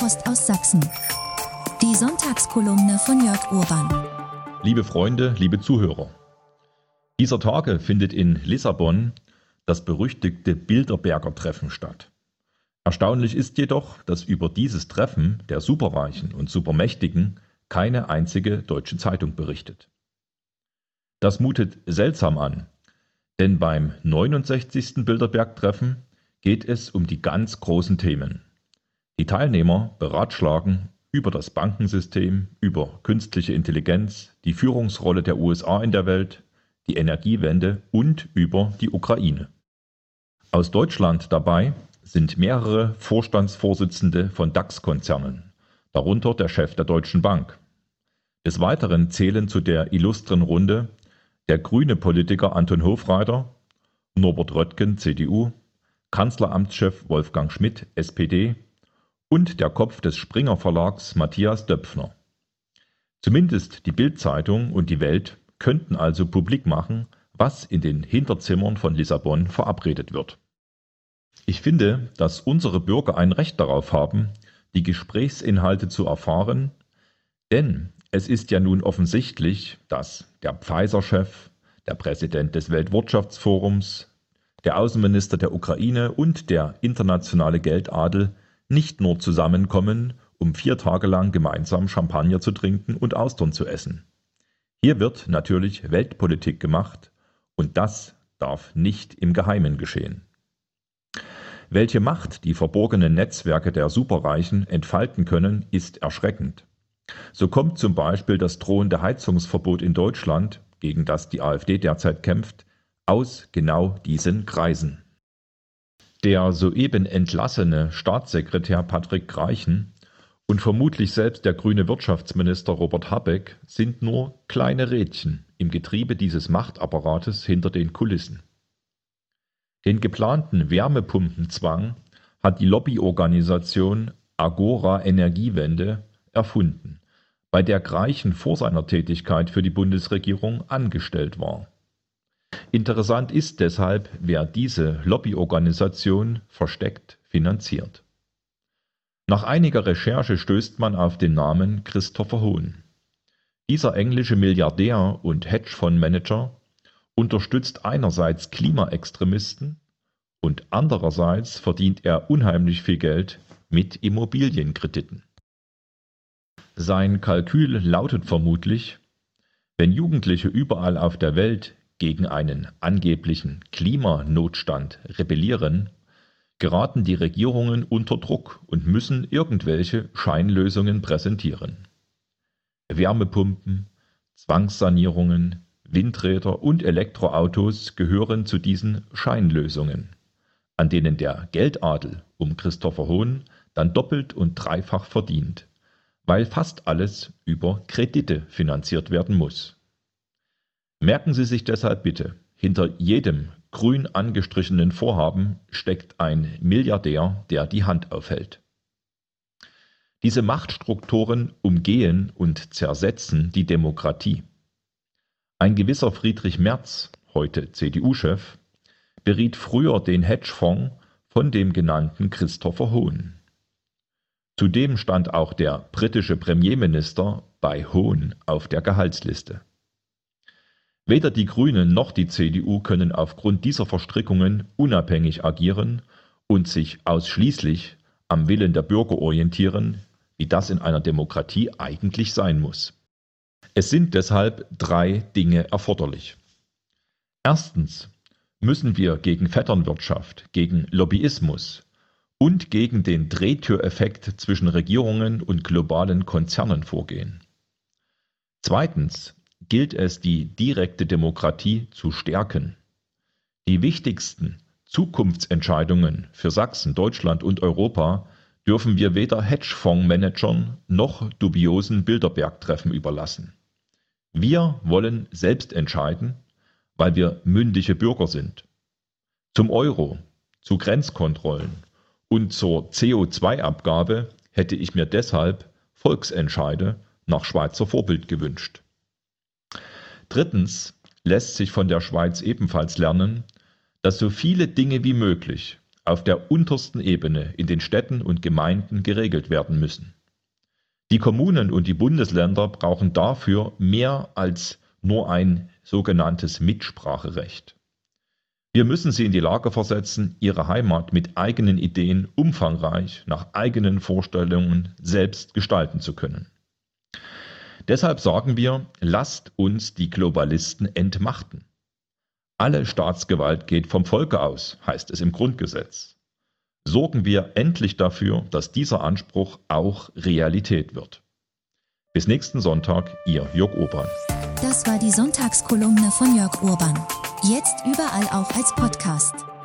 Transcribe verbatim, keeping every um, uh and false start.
Post aus Sachsen. Die Sonntagskolumne von Jörg Urban. Liebe Freunde, liebe Zuhörer. Dieser Tage findet in Lissabon das berüchtigte Bilderberger Treffen statt. Erstaunlich ist jedoch, dass über dieses Treffen der Superreichen und Supermächtigen keine einzige deutsche Zeitung berichtet. Das mutet seltsam an, denn beim neunundsechzigsten Bilderberg-Treffen geht es um die ganz großen Themen. Die Teilnehmer beratschlagen über das Bankensystem, über künstliche Intelligenz, die Führungsrolle der U S A in der Welt, die Energiewende und über die Ukraine. Aus Deutschland dabei sind mehrere Vorstandsvorsitzende von DAX-Konzernen, darunter der Chef der Deutschen Bank. Des Weiteren zählen zu der illustren Runde der grüne Politiker Anton Hofreiter, Norbert Röttgen, C D U, Kanzleramtschef Wolfgang Schmidt, S P D und der Kopf des Springer Verlags Matthias Döpfner. Zumindest die Bild-Zeitung und die Welt könnten also publik machen, was in den Hinterzimmern von Lissabon verabredet wird. Ich finde, dass unsere Bürger ein Recht darauf haben, die Gesprächsinhalte zu erfahren, denn es ist ja nun offensichtlich, dass der Pfizer-Chef, der Präsident des Weltwirtschaftsforums, der Außenminister der Ukraine und der internationale Geldadel nicht nur zusammenkommen, um vier Tage lang gemeinsam Champagner zu trinken und Austern zu essen. Hier wird natürlich Weltpolitik gemacht und das darf nicht im Geheimen geschehen. Welche Macht die verborgenen Netzwerke der Superreichen entfalten können, ist erschreckend. So kommt zum Beispiel das drohende Heizungsverbot in Deutschland, gegen das die AfD derzeit kämpft, aus genau diesen Kreisen. Der soeben entlassene Staatssekretär Patrick Greichen und vermutlich selbst der grüne Wirtschaftsminister Robert Habeck sind nur kleine Rädchen im Getriebe dieses Machtapparates hinter den Kulissen. Den geplanten Wärmepumpenzwang hat die Lobbyorganisation Agora Energiewende erfunden, bei der Greichen vor seiner Tätigkeit für die Bundesregierung angestellt war. Interessant ist deshalb, wer diese Lobbyorganisation versteckt finanziert. Nach einiger Recherche stößt man auf den Namen Christopher Hohn. Dieser englische Milliardär und Hedgefondsmanager unterstützt einerseits Klimaextremisten und andererseits verdient er unheimlich viel Geld mit Immobilienkrediten. Sein Kalkül lautet vermutlich, wenn Jugendliche überall auf der Welt gegen einen angeblichen Klimanotstand rebellieren, geraten die Regierungen unter Druck und müssen irgendwelche Scheinlösungen präsentieren. Wärmepumpen, Zwangssanierungen, Windräder und Elektroautos gehören zu diesen Scheinlösungen, an denen der Geldadel um Christopher Hohn dann doppelt und dreifach verdient, weil fast alles über Kredite finanziert werden muss. Merken Sie sich deshalb bitte, hinter jedem grün angestrichenen Vorhaben steckt ein Milliardär, der die Hand aufhält. Diese Machtstrukturen umgehen und zersetzen die Demokratie. Ein gewisser Friedrich Merz, heute C D U-Chef, beriet früher den Hedgefonds von dem genannten Christopher Hohn. Zudem stand auch der britische Premierminister bei Hohn auf der Gehaltsliste. Weder die Grünen noch die C D U können aufgrund dieser Verstrickungen unabhängig agieren und sich ausschließlich am Willen der Bürger orientieren, wie das in einer Demokratie eigentlich sein muss. Es sind deshalb drei Dinge erforderlich. Erstens müssen wir gegen Vetternwirtschaft, gegen Lobbyismus und gegen den Drehtüreffekt zwischen Regierungen und globalen Konzernen vorgehen. Zweitens gilt es, die direkte Demokratie zu stärken. Die wichtigsten Zukunftsentscheidungen für Sachsen, Deutschland und Europa dürfen wir weder Hedgefondsmanagern noch dubiosen Bilderberg-Treffen überlassen. Wir wollen selbst entscheiden, weil wir mündige Bürger sind. Zum Euro, zu Grenzkontrollen und zur C O zwei Abgabe hätte ich mir deshalb Volksentscheide nach Schweizer Vorbild gewünscht. Drittens lässt sich von der Schweiz ebenfalls lernen, dass so viele Dinge wie möglich auf der untersten Ebene in den Städten und Gemeinden geregelt werden müssen. Die Kommunen und die Bundesländer brauchen dafür mehr als nur ein sogenanntes Mitspracherecht. Wir müssen sie in die Lage versetzen, ihre Heimat mit eigenen Ideen umfangreich nach eigenen Vorstellungen selbst gestalten zu können. Deshalb sagen wir, lasst uns die Globalisten entmachten. Alle Staatsgewalt geht vom Volke aus, heißt es im Grundgesetz. Sorgen wir endlich dafür, dass dieser Anspruch auch Realität wird. Bis nächsten Sonntag, Ihr Jörg Urban. Das war die Sonntagskolumne von Jörg Urban. Jetzt überall auch als Podcast.